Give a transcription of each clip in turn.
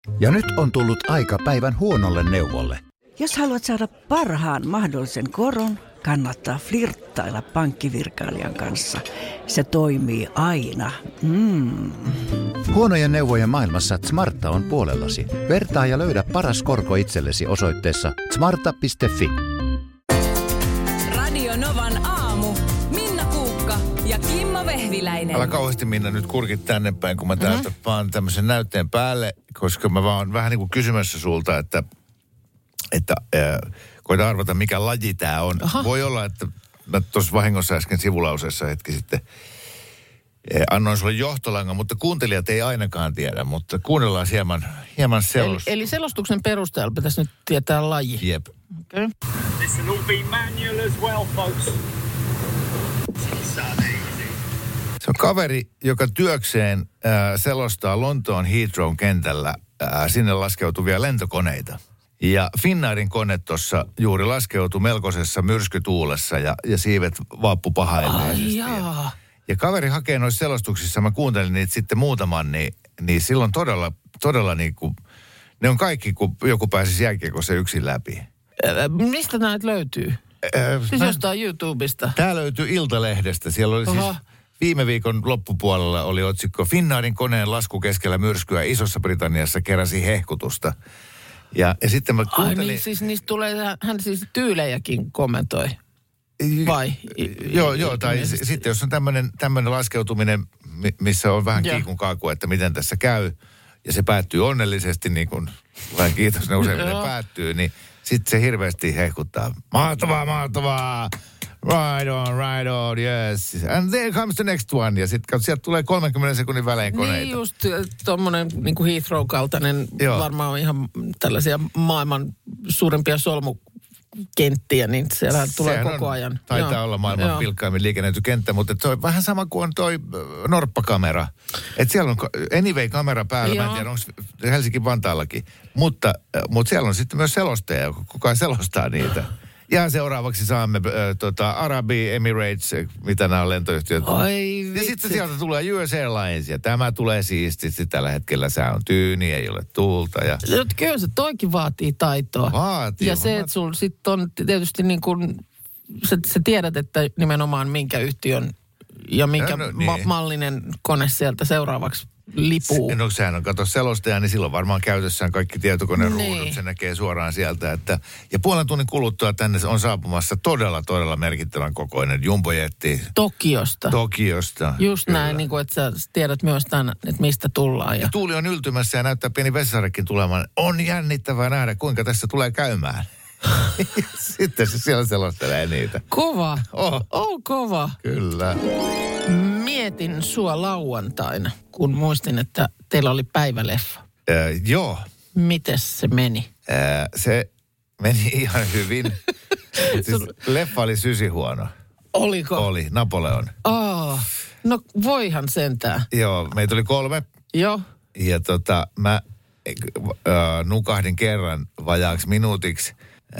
Ja nyt on tullut aika päivän huonolle neuvolle. Jos haluat saada parhaan mahdollisen koron, kannattaa flirttailla pankkivirkailijan kanssa. Se toimii aina. Huonojen neuvojen maailmassa Smarta on puolellasi. Vertaa ja löydä paras korko itsellesi osoitteessa smarta.fi. Radio Novan aamu. Minna Kuukka ja Kimmo Vehviläinen. Älä kauheasti Minna nyt kurkit tänne päin, kun mä täältä vaan tämmöisen näytteen päälle, koska mä vaan vähän niin kuin kysymässä sulta, että koita arvata, mikä laji tää on. Aha. Voi olla, että mä tuossa vahingossa äsken sivulauseessa hetki sitten annoin sulle johtolangan, mutta kuuntelijat ei ainakaan tiedä, mutta kuunnellaan hieman selostusta. Eli selostuksen perusteella pitäisi nyt tietää laji. Jep. Okay. Listen, all be manual as well, folks. Se on kaveri, joka työkseen selostaa Lontoon Heathrown kentällä sinne laskeutuvia lentokoneita. Ja Finnairin kone tuossa juuri laskeutui melkoisessa myrskytuulessa ja siivet vaappu pahailleisesti. Ja kaveri hakee noissa selostuksissa, mä kuuntelin niitä sitten muutaman, niin silloin todella niin kuin, ne on kaikki, kun joku pääsisi jääkiekossa yksin läpi. Mistä näitä löytyy? Siis jostain YouTubesta. Tää löytyy Iltalehdestä. Siellä oli siis viime viikon loppupuolella oli otsikko Finnairin koneen lasku keskellä myrskyä Isossa Britanniassa keräsi hehkutusta. Ja sitten mä kuuntelin... niin siis niistä tulee, hän siis tyylejäkin kommentoi. Vai? Joo, tai sitten jos on tämmöinen laskeutuminen, missä on vähän kiikun kaaku, että miten tässä käy, ja se päättyy onnellisesti, niin kuin vähän kiitos, ne useimmiten päättyy, niin sitten se hirveästi hehkuttaa. Mahtavaa! Right on, yes. And there comes the next one. Ja sitten sieltä tulee 30 sekunnin välein koneita. Niin just tommonen niin kuin Heathrow-kaltainen, varmaan ihan tällaisia maailman suurimpia solmukenttiä, niin siellä tulee koko ajan. Taitaa olla maailman vilkkaimmin liikennöity kenttä, mutta se on vähän sama kuin on toi norppakamera. Että siellä on Anyway-kamera päällä, mä en tiedä, onko Helsinki-Vantaallakin. Mutta siellä on sitten myös selostaja, joka koko ajan selostaa niitä. Ja seuraavaksi saamme Arabi Emirates, mitä nämä lentoyhtiöt. Ja sitten sieltä tulee US Airlines ja tämä tulee siististi. Tällä hetkellä sää on tyyni, ei ole tuulta. Ja... Kyllä se toikin vaatii taitoa. Vaatii. Ja se, että sulla sitten on tietysti niin kuin, sä tiedät, että nimenomaan minkä yhtiön ja minkä mallinen kone sieltä seuraavaksi lipuu. No sehän on, kato selostaja, niin silloin varmaan käytössään kaikki tietokoneruudut. Se näkee suoraan sieltä, että... Ja puolen tunnin kuluttua tänne on saapumassa todella merkittävän kokoinen jumbojetti. Tokiosta. Just kyllä. Näin, niin kuin, että sä tiedät myös tämän, että mistä tullaan. Ja tuuli on yltymässä ja näyttää pieni vessasarekin tulemaan. On jännittävää nähdä, kuinka tässä tulee käymään. Sitten se siellä selostelee niitä. Kova. On kova. Kyllä. Mietin sua lauantaina, kun muistin, että teillä oli päiväleffa. Joo. Mites se meni? Se meni ihan hyvin. Siis leffa oli sysihuono. Oliko? Oli, Napoleon. No voihan sentään. Joo, meitä oli 3. Joo. Ja mä nukahdin kerran vajaaksi minuutiksi.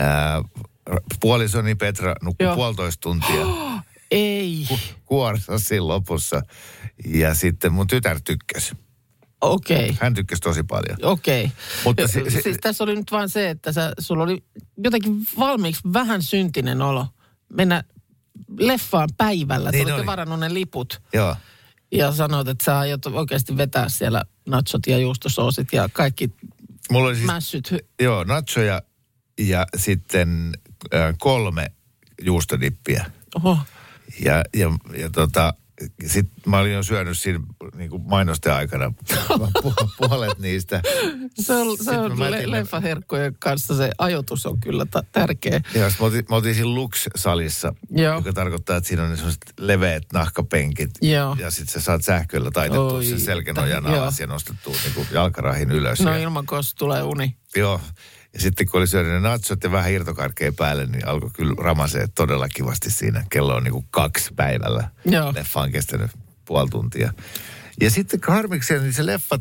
Puolisoni Petra nukkui 1,5 tuntia. Ei. Kuorsassin lopussa. Ja sitten mun tytär tykkäsi. Okei. Hän tykkäsi tosi paljon. Okei. Mutta siis tässä oli nyt vaan se, että sulla oli jotenkin valmiiksi vähän syntinen olo mennä leffaan päivällä. Niin olitte varannut ne liput. Joo. Ja sanoit, että sä aiot oikeasti vetää siellä nachot ja juustosoosit ja kaikki mulla oli siis, mässyt. Joo, nachoja ja sitten 3 juustodippiä. Oho. Ja sitten mä olin jo syönyt siinä niin kuin mainosten aikana puolet niistä. Se on leffaherkkojen kanssa se ajoitus on kyllä tärkeä. Joo, mä oltiin siinä Lux-salissa, joka tarkoittaa, että siinä on sellaiset leveät nahkapenkit. Joo. Ja sitten sä saat sähköllä taitettua sen selkänojan alas ja nostettua niin kuin jalkarahin ylös. No ilman koska tulee uni. Joo. Ja sitten kun oli syönyt ne nachot ja vähän irtokarkkeja päälle, niin alkoi kyllä ramasee todella kivasti siinä. Kello on niin kuin 2 päivällä. Joo. Leffa on kestänyt 0,5 tuntia. Ja sitten harmikseen, niin se leffa,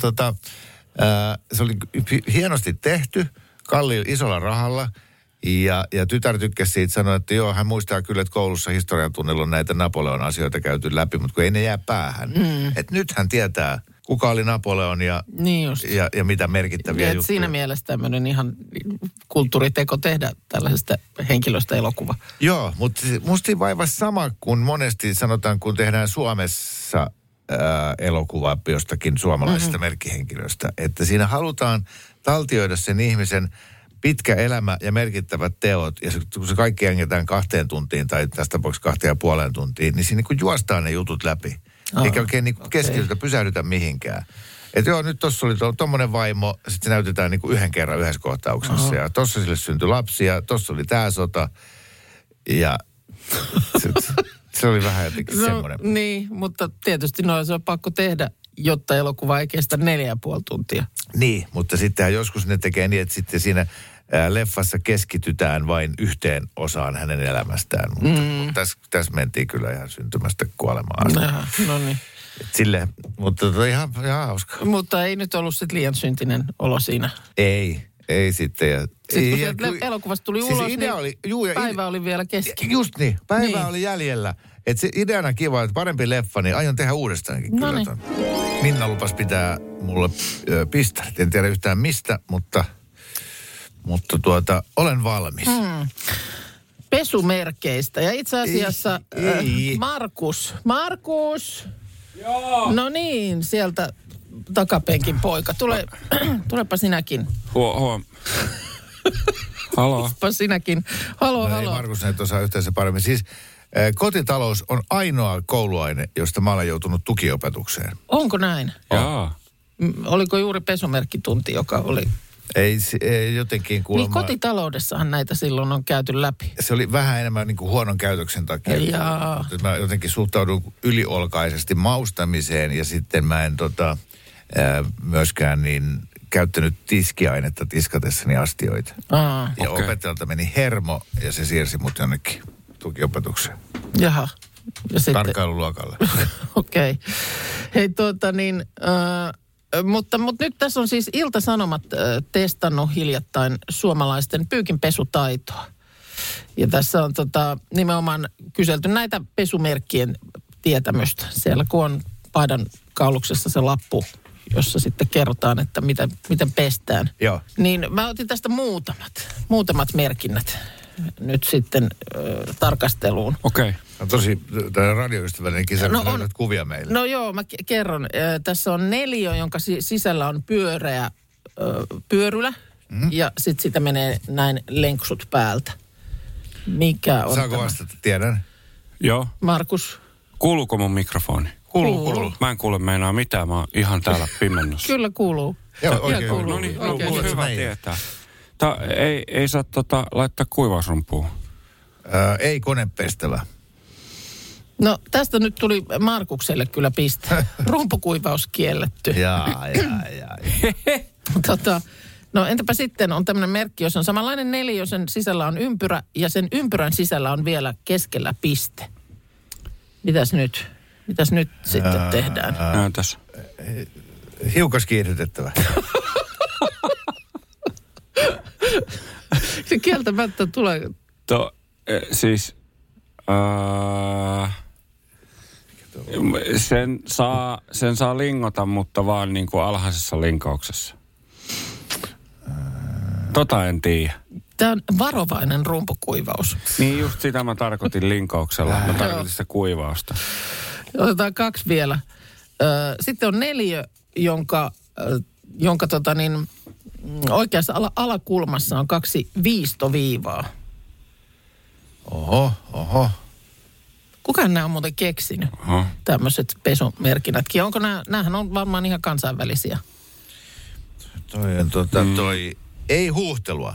se oli hienosti tehty, isolla rahalla. Ja tytär tykkäsi siitä, sanoi, että joo, hän muistaa kyllä, että koulussa historian tunnilla on näitä Napoleon asioita käyty läpi, mutta kun ei ne jää päähän. Että nyt hän tietää, kuka oli Napoleon ja mitä merkittäviä juttuja. Siinä mielessä tämmöinen ihan kulttuuriteko tehdä tällaisesta henkilöstä elokuva. Joo, mutta musta vaiva sama kuin monesti sanotaan, kun tehdään Suomessa elokuvaa jostakin suomalaisesta merkkihenkilöstä. Että siinä halutaan taltioida sen ihmisen pitkä elämä ja merkittävät teot, ja kun se kaikki jängetään 2 tuntiin tai tässä tapauksessa 2,5 tuntiin, niin siinä niin kuin juostaan ne jutut läpi. Eikä oikein niin keskitytä, pysähdytä mihinkään. Että joo, nyt tuossa oli tommonen vaimo, sitten se näytetään niin kuin yhden kerran yhdessä kohtauksessa. Ja tuossa sille syntyi lapsia, tuossa oli tää sota. Ja se oli vähän jotenkin semmoinen. Niin, mutta tietysti se on pakko tehdä, jotta elokuva ei kestä 4,5 tuntia. Niin, mutta sittenhän joskus ne tekee niin, että sitten siinä leffassa keskitytään vain yhteen osaan hänen elämästään. Mutta tässä mentiin kyllä ihan syntymästä kuolemaan. No niin. Mutta ihan hauska. Mutta ei nyt ollut sitten liian syntinen olo siinä. Ei sitten. Ja, sitten kun elokuvasta tuli ulos, niin päivä oli vielä kesken. Just niin, päivä oli jäljellä. Että se ideana kiva, että parempi leffa, niin aion tehdä uudestaankin. Kyllä. Minna lupas pitää mulle pistarit. En tiedä yhtään mistä, mutta olen valmis. Pesumerkeistä. Ja itse asiassa Markus. Joo. No niin, sieltä takapenkin poika. Tulepa sinäkin. Halo. Tulepa sinäkin. Halo. Ei Markus näitä osaa yhteensä paremmin. Siis kotitalous on ainoa kouluaine, josta mä olen joutunut tukiopetukseen. Onko näin? Jaa. Oliko juuri pesumerkkitunti, joka oli... Ei jotenkin kuulemma... Niin kotitaloudessahan näitä silloin on käyty läpi. Se oli vähän enemmän niin kuin huonon käytöksen takia. Jaa. Mä jotenkin suhtaudun yliolkaisesti maustamiseen ja sitten mä en myöskään niin käyttänyt tiskiainetta tiskatessani astioita. Ja opettajalta meni hermo ja se siirsi mut jonnekin tukiopetukseen. Jaha. Tarkkailuluokalle. Okei. Hei Mutta nyt tässä on siis Ilta-Sanomat testannut hiljattain suomalaisten pyykinpesutaitoa. Ja tässä on nimenomaan kyselty näitä pesumerkkien tietämystä. Siellä kun on paidan kauluksessa se lappu, jossa sitten kerrotaan, että miten pestään. Joo. Niin mä otin tästä muutamat merkinnät nyt sitten tarkasteluun. Okei. On tosi radioystävällinen kisa, kun löydät kuvia meille. No joo, mä kerron. Tässä on 4, jonka sisällä on pyöreä pyörylä. Ja sitten sitä menee näin lenksut päältä. Mikä on Saanko vastata? Tiedän. Joo. Markus? Kuuluuko mun mikrofoni? Kuuluu. Mä en kuule meinaa mitään, mä oon ihan täällä pimennossa. Kyllä kuuluu. Joo, oikein. Kuuluu. No niin, hyvä tietää. Ei saa laittaa kuivausrumpuun. Ei konepestävä. No tästä nyt tuli Markukselle kyllä piste. Rumpukuivaus kielletty. Jaa. No entäpä sitten on tämmöinen merkki, jos on samanlainen 4, sen sisällä on ympyrä ja sen ympyrän sisällä on vielä keskellä piste. Mitäs nyt sitten tehdään? Näytäs. Hiukas kiihdytettävä. Se kieltämättä tulee. Sen saa lingota, mutta vaan niin kuin alhaisessa linkauksessa. En tiedä. Tämä on varovainen rumpukuivaus. Niin just sitä mä tarkoitin linkauksella. Mä tarkoitin sitä kuivausta. Otetaan 2 vielä. Sitten on 4, jonka oikeassa alakulmassa on 2 viistoviivaa. Oho. Kukaan nämä on muuten keksinyt, tämmöiset pesumerkinnätkin. Onko näähän on varmaan ihan kansainvälisiä. Toi ei huuhtelua.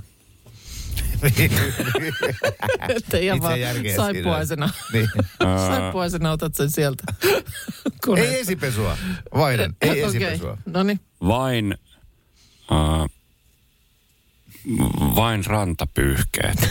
Että ihan vaan saippuaisena. Niin. Saippuaisena otat sen sieltä. Ei esipesua. Vaihdan. Ei esipesua. Noniin. Vain rantapyyhkeet.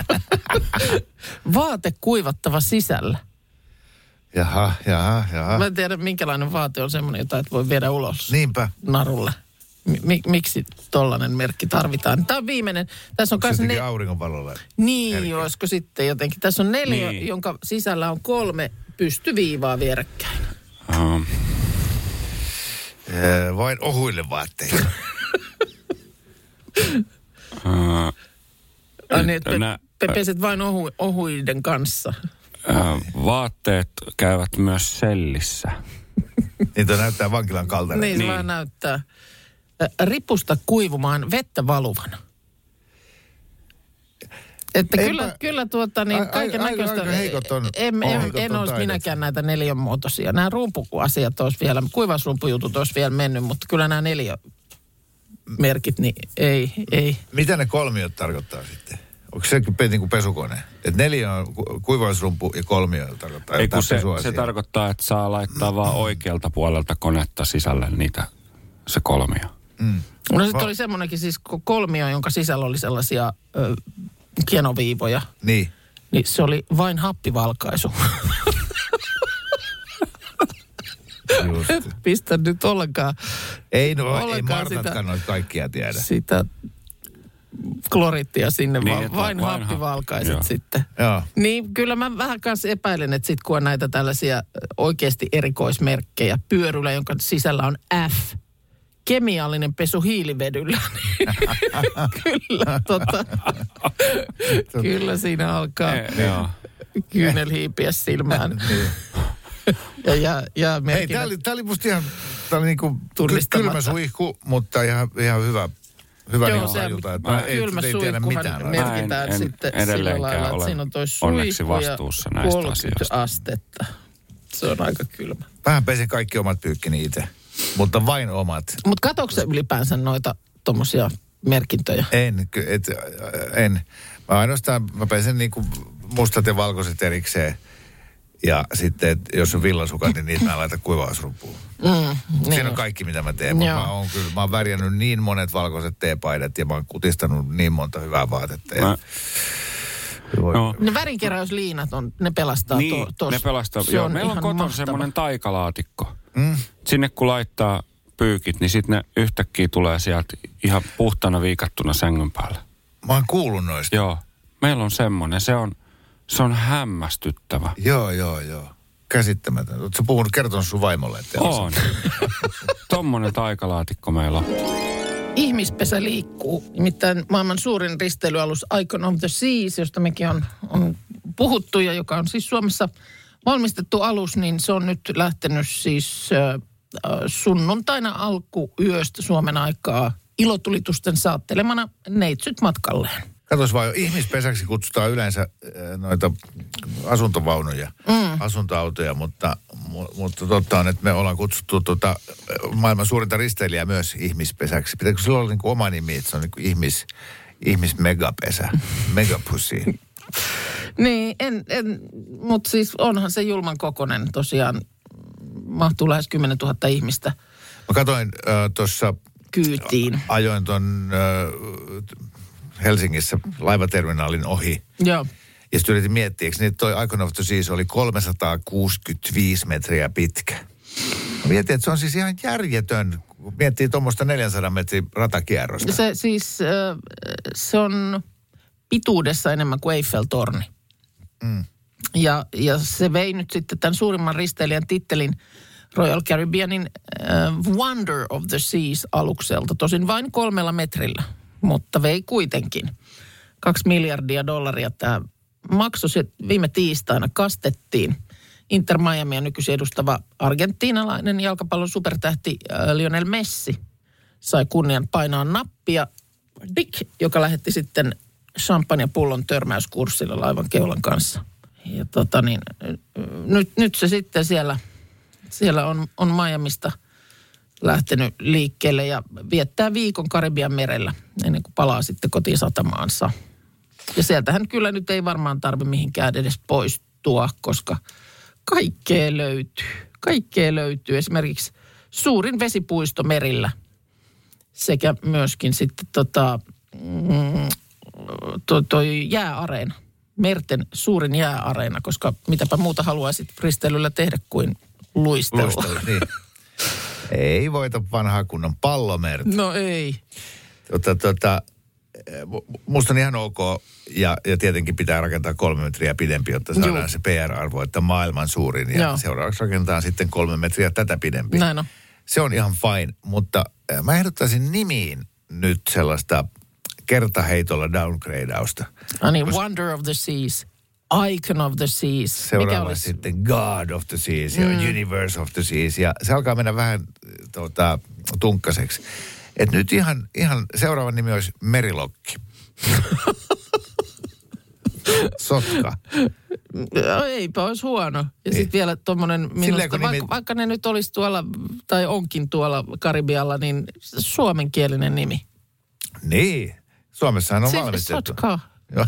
Vaate kuivattava sisällä. Jaha. Mä en tiedä, minkälainen vaate on semmoinen, jota et voi viedä ulos. Niinpä. Narulle. Miksi tollainen merkki tarvitaan? Tämä on viimeinen. Tässä on se teki auringonvalolle. Niin, olisiko sitten jotenkin. Tässä on 4, jonka sisällä on 3 pystyviivaa vierekkäin. Vain ohuille vaatteille. Niin, että peset vain ohuiden kanssa. Vaatteet käyvät myös sellissä. Niitä näyttää vankilan kaltainen. Niin, se vaan näyttää. Ripusta kuivumaan vettä valuvana. Että kyllä kaiken näköistä. Aika heikot on. En olisi minäkään näitä neliönmuotoisia. Nämä rumpuasiat olisi vielä, kuivausrumpujutut olisi vielä mennyt, mutta kyllä nämä neliömerkit, niin ei. Mitä ne kolmiot tarkoittaa sitten? Onko se niin kuin pesukone? Että 4 on kuivausrumpu ja 3 tarkoittaa ei, kun se tarkoittaa, että saa laittaa vaan oikealta puolelta konetta sisälle se kolmio. No sitten oli semmoinenkin siis kolmio, jonka sisällä oli sellaisia kienoviivoja. Niin se oli vain happivalkaisu. Pistä nyt ollenkaan. Ei Martatkaan noita kaikkia tiedä. Sitä klorittia sinne, niin, vain happivalkaiset sitten. Joo. Niin kyllä mä vähän kanssa epäilen, että sit kun on näitä tällaisia oikeasti erikoismerkkejä, pyörylä, jonka sisällä on F, kemiallinen pesu hiilivedyllä, niin kyllä siinä alkaa kyynel hiipiä silmään. ja hei, tää oli musta ihan niinku kylmä suihku, mutta ihan hyvä. Hyvä niin hajulta, että kylmä suihkuhan merkitään sitten sillä lailla, että siinä on toi suihku ja 30 astetta. Se on aika kylmä. Vähän pesin kaikki omat pyykkini itse, mutta vain omat. Mutta katsoitko ylipäänsä noita tommosia merkintöjä? En. Mä pesen niinku mustat ja valkoiset erikseen. Ja sitten, jos on villasukat, niin niitä mä laitan kuivausrumpuun. Siinä on kaikki, mitä mä teen. Mutta mä oon värjännyt niin monet valkoiset teepaidat ja mä oon kutistanut niin monta hyvää vaatetta. Ne värinkeräysliinat ne pelastaa tuossa. Ne pelastaa. Joo, meillä on kotona semmoinen taikalaatikko. Sinne kun laittaa pyykit, niin sitten ne yhtäkkiä tulee sieltä ihan puhtana viikattuna sängyn päälle. Mä oon kuullut noista. Joo, meillä on semmoinen. Se on hämmästyttävä. Joo. Käsittämätön. Oletko kertonut sun vaimolle, että on. Tommonen taikalaatikko meillä on. Ihmispesä liikkuu. Nimittäin maailman suurin risteilyalus Icon of the Seas, josta mekin on puhuttu ja joka on siis Suomessa valmistettu alus, niin se on nyt lähtenyt siis sunnuntaina alkuyöstä Suomen aikaa ilotulitusten saattelemana neitsyt matkalleen. Katos vaan, ihmispesäksi kutsutaan yleensä noita asuntovaunuja, asuntoautoja, mutta totta on, että me ollaan kutsuttu maailman suurinta risteilijää myös ihmispesäksi. Pitääkö sillä olla niin kuin oma nimi, että se on niin kuin ihmismegapesä, megapussy? Niin, mutta siis onhan se julman kokoinen tosiaan, mahtuu lähes 10 000 ihmistä. Mä katsoin tuossa kyytiin. Ajoin ton Helsingissä laivaterminaalin ohi. Joo. Ja sitten yritin miettiä, eikö niin toi Icon of the Seas oli 365 metriä pitkä. Mä mietin, että se on siis ihan järjetön, kun miettii tuommoista 400 metrin ratakierrosta. Se on pituudessa enemmän kuin Eiffel-torni. Ja se vei nyt sitten tämän suurimman risteilijän tittelin Royal Caribbeanin Wonder of the Seas-alukselta. Tosin vain 3 metrillä, mutta vei kuitenkin. $2 miljardia tämä maksoi. Se viime tiistaina kastettiin. Inter Miamia nykyisin edustava argentiinalainen jalkapallon supertähti Lionel Messi sai kunnian painaa nappia. Dick, joka lähetti sitten champagnepullon törmäyskurssille laivan keulan kanssa. Ja nyt se sitten siellä on Miamista lähtenyt liikkeelle ja viettää viikon Karibian merellä ennen kuin palaa sitten kotiin satamaansa. Ja sieltähän kyllä nyt ei varmaan tarvitse mihinkään edes poistua, koska kaikkea löytyy. Kaikkea löytyy. Esimerkiksi suurin vesipuisto merillä sekä myöskin sitten toi jääareena. Merten suurin jääareena, koska mitäpä muuta haluaisit risteilyllä tehdä kuin luistella. Niin. Ei voita vanhaa kunnon pallomerta. No ei. Musta on ihan ok, ja tietenkin pitää rakentaa 3 metriä pidempi, jotta saadaan se PR-arvo, että maailman suurin. Ja seuraavaksi rakentaa sitten 3 metriä tätä pidempi. Näin on. Se on ihan fine, mutta mä ehdottaisin nimiin nyt sellaista kertaheitolla downgradeausta. Niin, Wonder of the Seas, Icon of the Seas. Seuraava sitten God of the Seas ja Universe of the Seas. Ja se alkaa mennä vähän tunkkaseksi. Et nyt ihan seuraava nimi olisi Merilokki. Sotka. Eipä olisi huono. Ja sitten vielä tuommoinen minusta, vaikka ne nyt olisi tuolla, tai onkin tuolla Karibialla, niin suomenkielinen nimi. Niin. Suomessahan on valmistettu. Sotka. Joo.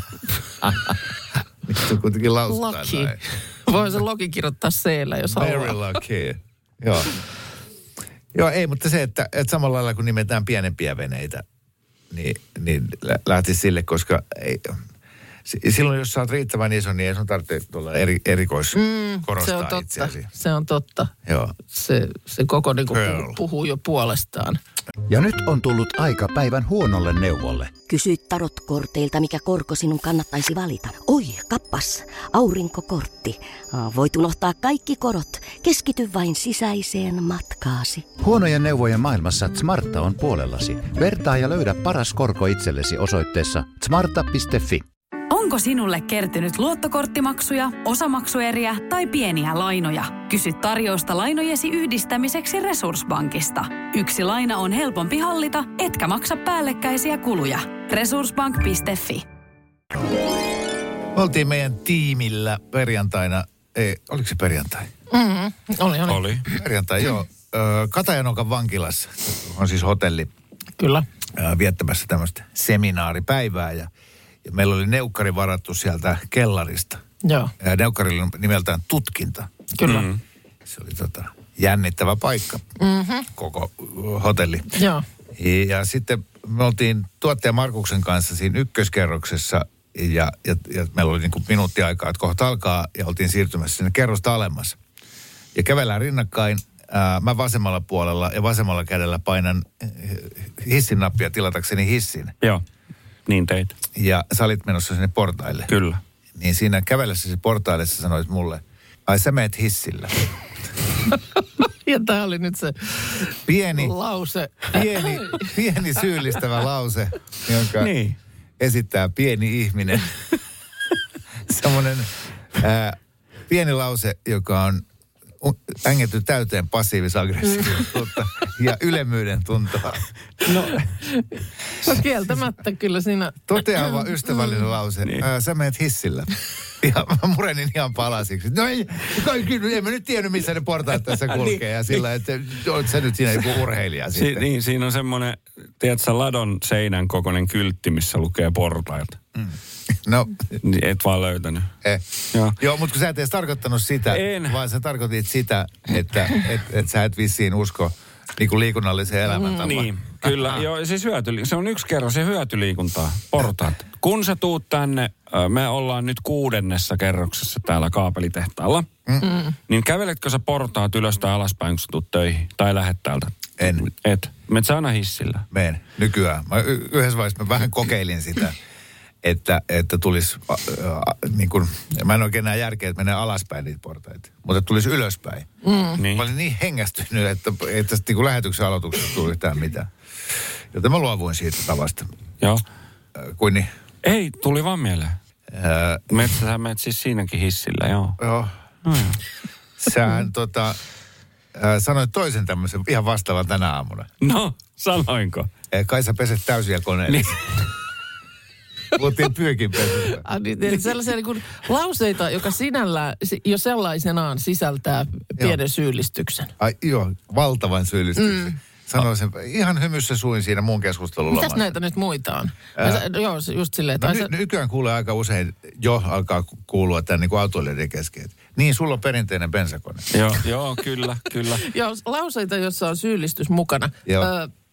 Miksi se kuitenkin lausutaan Lucky. näin? Voi se Loki kirjoittaa C-llä, jos haluaa. Merilokki. Joo. Joo, ei, mutta se, että samalla lailla kun nimetään pienempiä veneitä, niin lähtisi sille, koska silloin jos sä oot riittävän iso, niin ei sun tarvitse tuolla korostaa itseäsi. Se on totta. Joo. Se koko niinku puhuu jo puolestaan. Ja nyt on tullut aika päivän huonolle neuvolle. Kysy tarotkorteilta, mikä korko sinun kannattaisi valita. Oi, kappas, aurinkokortti. Voit unohtaa kaikki korot. Keskity vain sisäiseen matkaasi. Huonojen neuvojen maailmassa Smarta on puolellasi. Vertaa ja löydä paras korko itsellesi osoitteessa smarta.fi. Onko sinulle kertynyt luottokorttimaksuja, osamaksueriä tai pieniä lainoja? Kysy tarjousta lainojesi yhdistämiseksi Resurssbankista. Yksi laina on helpompi hallita, etkä maksa päällekkäisiä kuluja. Resurssbank.fi. Oltiin meidän tiimillä perjantaina, oliko se perjantai? Oli. Perjantai, joo. Katajanokan vankilassa on siis hotelli. Kyllä. Viettämässä tämmöistä seminaaripäivää ja meillä oli neukkari varattu sieltä kellarista. Joo. Ja neukkarilla on nimeltään tutkinta. Kyllä. Se oli jännittävä paikka, koko hotelli. Joo. Ja sitten me oltiin tuottaja Markuksen kanssa siinä ykköskerroksessa ja meillä oli niin kuin minuutti aikaa, että kohta alkaa ja oltiin siirtymässä sinne kerrosta alemmas. Ja kävellään rinnakkain, mä vasemmalla puolella ja vasemmalla kädellä painan hissin nappia tilatakseni hissin. Joo. Niin teit. Ja sä olit menossa sinne portaille. Kyllä. Niin siinä kävellessäsi portaille sä sanoit mulle, ai sä meet hissillä. Ja tää oli nyt se pieni lause. Pieni syyllistävä lause, jonka esittää pieni ihminen. Semmoinen pieni lause, joka on ängetty täyteen passiivis-aggressiivisuutta ja ylemmyyden tuntoa. No kieltämättä kyllä siinä. Toteava ystävällinen lause. Niin. Sä menet hissillä. Ja mä murenin ihan palasiksi. No ei mä nyt tiennyt, missä ne portaat tässä kulkee. Ja sillä, että oot sä nyt siinä joku urheilija sitten. Niin, siinä on semmoinen, tiedätkö, ladon seinän kokoinen kyltti, missä lukee portailta. No. Et vaan löytänyt. Joo, mutta kun sä et edes tarkoittanut sitä, vaan sä tarkoitit sitä, että sä et vissiin usko niinku liikunnalliseen elämäntapaan. Niin, kyllä. Joo, siis se on yksi kerran se hyötyliikuntaa, portaat. Kun sä tuut tänne, me ollaan nyt 6. kerroksessa täällä kaapelitehtaalla, niin käveletkö sä portaat ylös tai alaspäin, kun sä tuut töihin? Tai lähet täältä? En. Menet sä aina hissillä? Meen, nykyään. Yhdessä vaiheessa mä vähän kokeilin sitä. Että tulisi, niin kuin, mä en oikein näe järkeä, että menee alaspäin niitä portaita, mutta tulisi ylöspäin. Niin. Mä olin niin hengästynyt, että tästä niin kuin lähetyksen aloituksesta tuli yhtään mitään. Joten mä luovuin siitä tavasta. Joo. Kuin niin? Ei, tuli vaan mieleen. Sä menet siis siinäkin hissillä, joo. Joo. Sähän sanoit toisen tämmöisen ihan vastaavan tänä aamuna. No, sanoinko? Kai sä peset täysiä koneellisia. Puhuttiin pyykinpesusta. Niin, sellaisia niin kuin lauseita, joka sinällään jo sellaisenaan sisältää pienen syyllistyksen. Ai joo, valtavan syyllistyksen. Sanoin sen ihan hymyssä suin siinä mun keskustelun lomassa. Mitäs näitä nyt muita on? Joo, just silleen. Nykyään kuulee aika usein, alkaa kuulua tämän niin kuin autoilijoiden kesken. Niin, sulla on perinteinen bensakone. Joo, kyllä. Joo, lauseita, joissa on syyllistys mukana. Joo.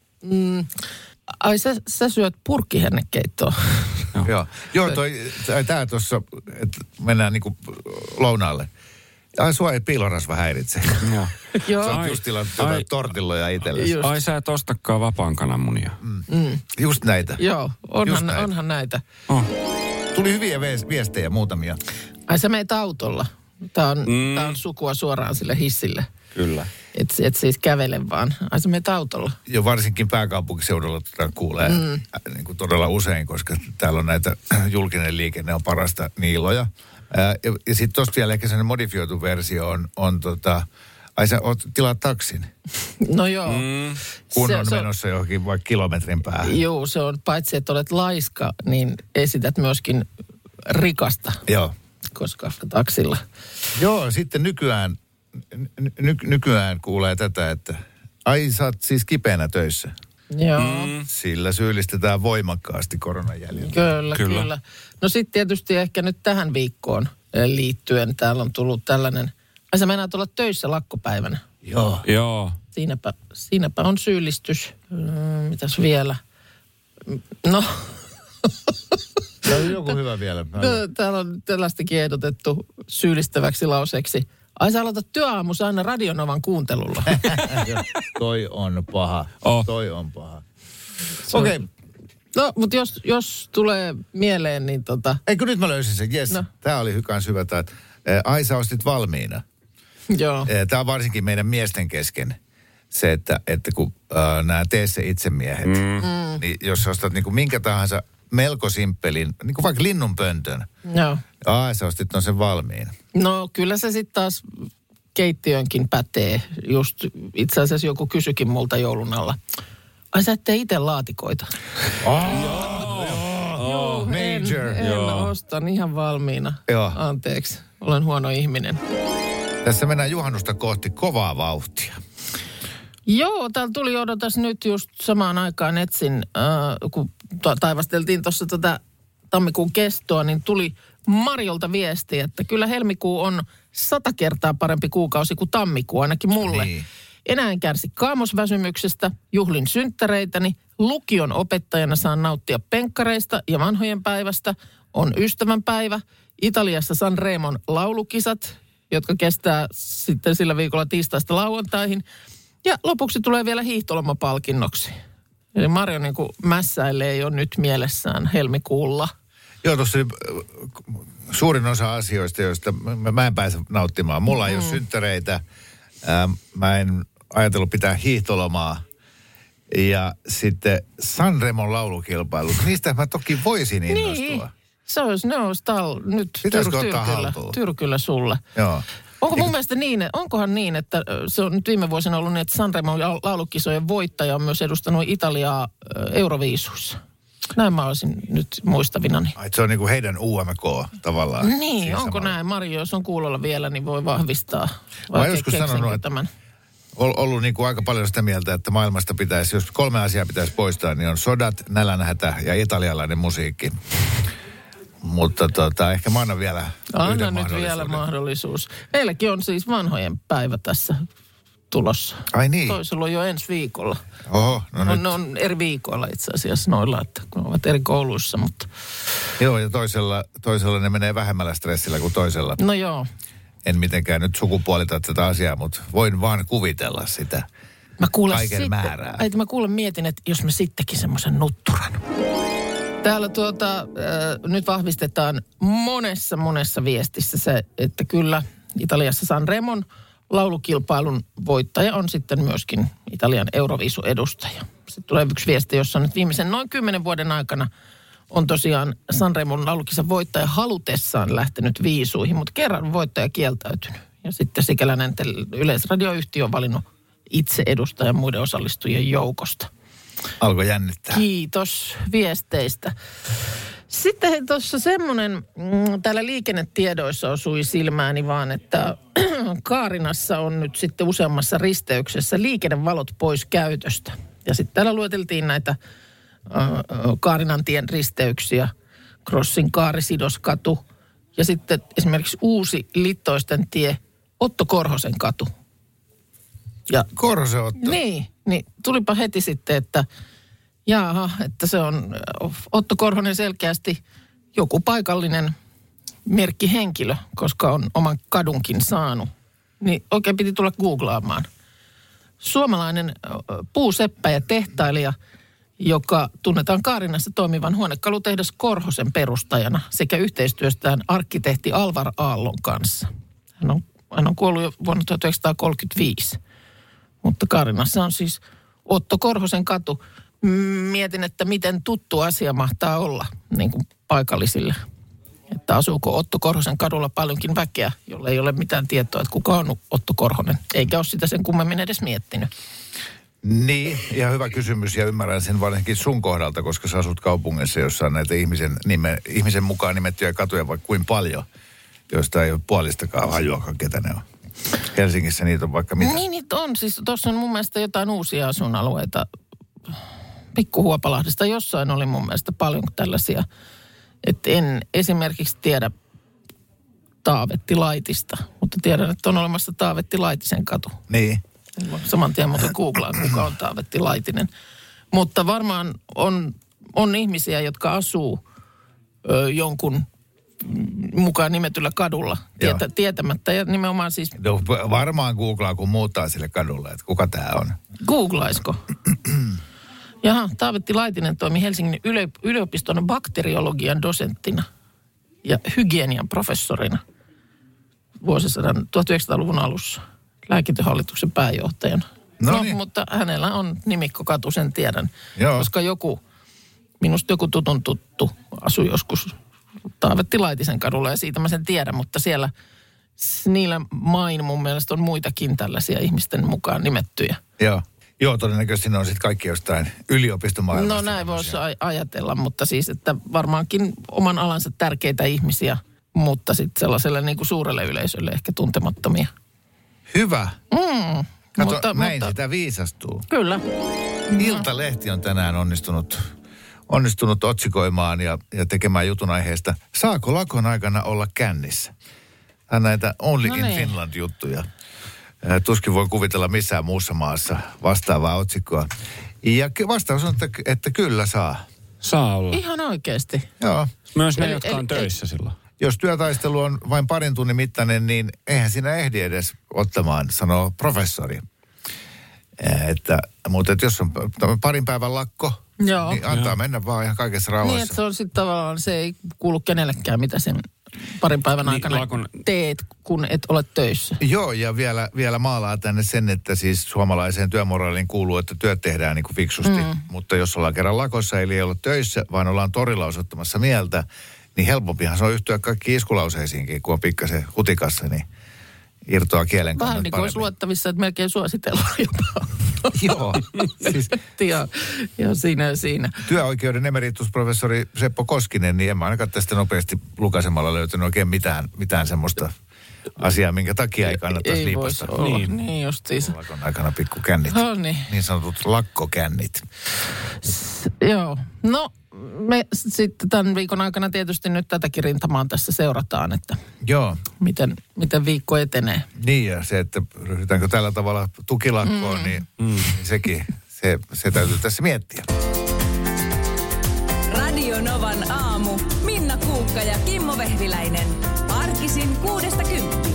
Ai sä syöt purkkihernekeittoa. Joo, tää tuossa, että mennään niinku lounaalle. Ai sua ei piilorasva häiritse. Joo. Sä oot just tilannut tortilloja itsellesi. Ai sä et ostakaan vapaan kananmunia. Just näitä. Joo, onhan näitä. Tuli hyviä viestejä muutamia. Ai sä meet autolla. Tää on sukua suoraan sille hissille. Kyllä. Et siis kävele vaan. Ai sä menet autolla. Jo varsinkin pääkaupunkiseudulla kuulee niin kuin todella usein, koska täällä on näitä, julkinen liikenne on parasta niiloja. Ja sitten tosta vielä ehkä sellainen modifioitu versio on ai sä tilaat taksin. No joo. Kun on menossa johonkin vaikka kilometrin päähän. Joo, se on paitsi, että olet laiska, niin esität myöskin rikasta. Joo. Koska taksilla. Joo, sitten nykyään kuulee tätä, että ai sä oot siis kipeänä töissä. Joo. Sillä syyllistetään voimakkaasti koronan jäljellä. Kyllä. No sitten tietysti ehkä nyt tähän viikkoon liittyen täällä on tullut tällainen, ai sä meinaat olla töissä lakkopäivänä. Joo. Siinäpä on syyllistys. Mitäs vielä? No. Tämä on joku hyvä vielä. Täällä on tällaistakin ehdotettu syyllistäväksi lauseeksi. Ai sä aloitat työaamussa aina Radionovan kuuntelulla. Toi on paha. Toi on paha. Okei. No, mutta jos tulee mieleen, niin Eikö nyt mä löysin sen? Jes. No. Tää oli kans hyvä. Ai sä ostit valmiina. Joo. Tää on varsinkin meidän miesten kesken. Se, että kun nämä tee se itse miehet, niin jos sä ostat niinku minkä tahansa melko simppelin, niin kuin vaikka linnunpöntön. Joo. Sä ostit on sen valmiin. No kyllä se sitten taas keittiönkin pätee. Just itse asiassa joku kysyikin multa joulun alla. Ai sä et tee itse laatikoita. Joo, Major. En ostan ihan valmiina. Joo. Anteeksi, olen huono ihminen. Tässä mennään juhannusta kohti kovaa vauhtia. Joo, täällä tuli odotas nyt just samaan aikaan etsin, kun taivasteltiin tuossa tammikuun kestoa, niin tuli Marjolta viesti, että kyllä helmikuu on 100 kertaa parempi kuukausi kuin tammikuu, ainakin mulle. Niin. Enää en kärsi kaamosväsymyksestä, juhlin synttäreitäni, lukion opettajana saan nauttia penkkareista ja vanhojen päivästä, on ystävänpäivä, Italiassa Sanremon laulukisat, jotka kestää sitten sillä viikolla tiistaista lauantaihin. Ja lopuksi tulee vielä hiihtolomapalkinnoksi. Eli Marjo niin kuin mässäilee jo nyt mielessään helmikuulla. Joo, tuossa suurin osa asioista, joista mä en pääse nauttimaan. Mulla ei ole synttäreitä. Mä en ajatellut pitää hiihtolomaa. Ja sitten Sanremon laulukilpailut. Niistä mä toki voisin innostua. Niin. Nyt pitäisikö ottaa haltuun? Tyrkyllä sulle. Joo. Onko mun mielestä onkohan niin, että se on nyt viime vuosina ollut niin, että Sanremon laulukisojen voittaja on myös edustanut Italiaa Euroviisussa. Näin mä olisin nyt muistavinani. Ai, se on niin kuin heidän UMK tavallaan. Niin, onko näin? Marjo, jos on kuulolla vielä, niin voi vahvistaa. Mä oon joskus sanonut, että ollut niin kuin aika paljon sitä mieltä, että maailmasta pitäisi, jos 3 asiaa pitäisi poistaa, niin on sodat, nälänhätä ja italialainen musiikki. Mutta ehkä mä annan vielä Anna nyt vielä mahdollisuus. Meilläkin on siis vanhojen päivä tässä tulossa. Ai niin? Toisella on jo ensi viikolla. Oho, no nyt. Ne on eri viikoilla itse asiassa noilla, että kun ovat eri kouluissa, mutta... Joo, ja toisella ne menee vähemmällä stressillä kuin toisella. No joo. En mitenkään nyt sukupuolita tätä asiaa, mutta voin vaan kuvitella sitä kaiken määrää. Mä mietin, että jos mä sittenkin semmoisen nutturan. Täällä nyt vahvistetaan monessa viestissä se, että kyllä Italiassa Sanremon laulukilpailun voittaja on sitten myöskin Italian Euroviisu-edustaja. Sitten tulee yksi viesti, jossa nyt viimeisen noin 10 vuoden aikana on tosiaan Sanremon laulukisan voittaja halutessaan lähtenyt viisuihin, mutta kerran voittaja kieltäytynyt. Ja sitten sikäläinen Yleisradioyhtiö on valinnut itse edustajan muiden osallistujien joukosta. Alkoi jännittää. Kiitos viesteistä. Sitten tuossa semmoinen, täällä liikennetiedoissa osui silmääni vaan, että Kaarinassa on nyt sitten useammassa risteyksessä liikennevalot pois käytöstä. Ja sitten täällä lueteltiin näitä Kaarinantien risteyksiä, Crossin Kaarisidoskatu ja sitten esimerkiksi uusi Littoisten tie, Otto Korhosen katu. Ja Korhosen Otto? Niin tulipa heti sitten, että että se on Otto Korhonen selkeästi joku paikallinen merkkihenkilö, koska on oman kadunkin saanut. Niin oikein piti tulla googlaamaan. Suomalainen puuseppä ja tehtailija, joka tunnetaan Kaarinassa toimivan huonekalutehdas Korhosen perustajana sekä yhteistyöstään arkkitehti Alvar Aallon kanssa. Hän on kuollut jo vuonna 1935. Mutta Kaarinassa on siis Otto Korhosen katu. Mietin, että miten tuttu asia mahtaa olla niin kuin paikallisille. Että asuuko Otto Korhosen kadulla paljonkin väkeä, jolle ei ole mitään tietoa, että kuka on Otto Korhonen. Eikä ole sitä sen kummemmin edes miettinyt. Niin, ihan hyvä kysymys ja ymmärrän sen varsinkin sun kohdalta, koska sä asut kaupungissa, jossa on näitä ihmisen mukaan nimettyjä katuja vaikka kuin paljon, joista ei ole puolistakaan hajuakaan, ketä ne on. Helsingissä niitä on vaikka mitä. Niin niitä on. Siis tuossa on mun mielestä jotain uusia asuinalueita. Pikkuhuopalahdesta jossain oli mun mielestä paljon tällaisia, että en esimerkiksi tiedä Taavetti Laitista, mutta tiedän, että on olemassa Taavetti Laitisen katu. Niin. Saman tien muuten googlaan, kuka on Taavetti Laitinen. Mutta varmaan on ihmisiä, jotka asuu jonkun mukaan nimetyllä kadulla tietämättä. Ja nimenomaan siis... No, varmaan googlaa, kun muuttaa sille kadulle, että kuka tämä on. Googlaisiko? Jaha, Taavetti Laitinen toimi Helsingin yliopiston bakteriologian dosenttina ja hygienian professorina vuosisadan 1900-luvun alussa. Lääkintöhallituksen pääjohtajana. No niin. Mutta hänellä on nimikkokatu, sen tiedän. Joo. Koska minusta joku tutun tuttu asui joskus Taavetti Laitisen kadulla ja siitä mä sen tiedän, mutta siellä niillä main mun mielestä on muitakin tällaisia ihmisten mukaan nimettyjä. Joo, todennäköisesti ne on sitten kaikki jostain yliopistomaailmasta. No näin voisi ajatella, mutta siis, että varmaankin oman alansa tärkeitä ihmisiä, mutta sitten sellaiselle niin kuin suurelle yleisölle ehkä tuntemattomia. Hyvä. Kato, näin sitä viisastuu. Kyllä. Iltalehti on tänään onnistunut otsikoimaan ja tekemään jutun aiheesta. Saako lakon aikana olla kännissä? Tämä on näitä Only in Finland-juttuja. Tuskin voi kuvitella missään muussa maassa vastaavaa otsikkoa. Ja vastaus on, että kyllä saa. Saa olla. Ihan oikeasti. Joo. Myös ne, jotka on töissä silloin. Jos työtaistelu on vain parin tunnin mittainen, niin eihän siinä ehdi edes ottamaan, sanoo professori. Mutta jos on parin päivän lakko, niin antaa mennä vaan ihan kaikessa rauhassa. Niin, että se on sitten tavallaan, se ei kuulu kenellekään, mitä sen parin päivän aikana teet, kun et ole töissä. Joo, ja vielä maalaa tänne sen, että siis suomalaiseen työmoraaliin kuuluu, että työt tehdään niin kuin fiksusti. Mutta jos ollaan kerran lakossa, eli ei ole töissä, vaan ollaan torilla osoittamassa mieltä, niin helpompihan se on yhtyä kaikki iskulauseisiinkin, kun on pikkasen hutikassa, niin irtoaa kielen kannat vähän niin kuin olisi luettavissa, että melkein suositellaan jopa. Joo. Siis. ja siinä. Työoikeuden emeritusprofessori Seppo Koskinen, niin en mä ainakaan tästä nopeasti lukaisemalla löytänyt oikein mitään semmoista asiaa, minkä takia ei kannattaisi liipasta. Niin justiinsa. Lakon aikana pikkukännit. Niin sanotut lakkokännit. Joo. No, me sitten tämän viikon aikana tietysti nyt tätäkin rintamaa tässä seurataan, että miten viikko etenee. Niin ja se, että ryhdytäänkö tällä tavalla tukilakkoon, niin sekin, se täytyy tässä miettiä. Radio Novan aamu. Minna Kuukka ja Kimmo Vehviläinen. Arkisin 6–10.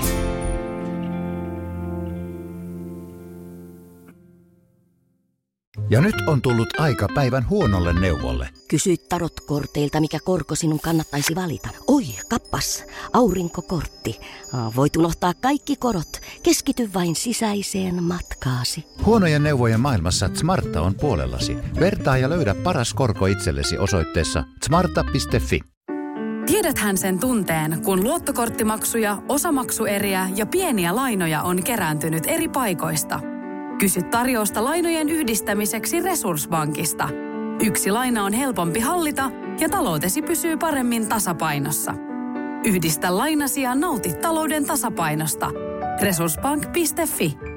Ja nyt on tullut aika päivän huonolle neuvolle. Kysy tarotkorteilta, mikä korko sinun kannattaisi valita. Oi, kappas, aurinkokortti. Voit unohtaa kaikki korot. Keskity vain sisäiseen matkaasi. Huonojen neuvojen maailmassa Smarta on puolellasi. Vertaa ja löydä paras korko itsellesi osoitteessa smarta.fi. Tiedäthän sen tunteen, kun luottokorttimaksuja, osamaksueriä ja pieniä lainoja on kerääntynyt eri paikoista. Kysy tarjousta lainojen yhdistämiseksi Resurssbankista. Yksi laina on helpompi hallita ja taloutesi pysyy paremmin tasapainossa. Yhdistä lainasi ja nauti talouden tasapainosta. Resurssbank.fi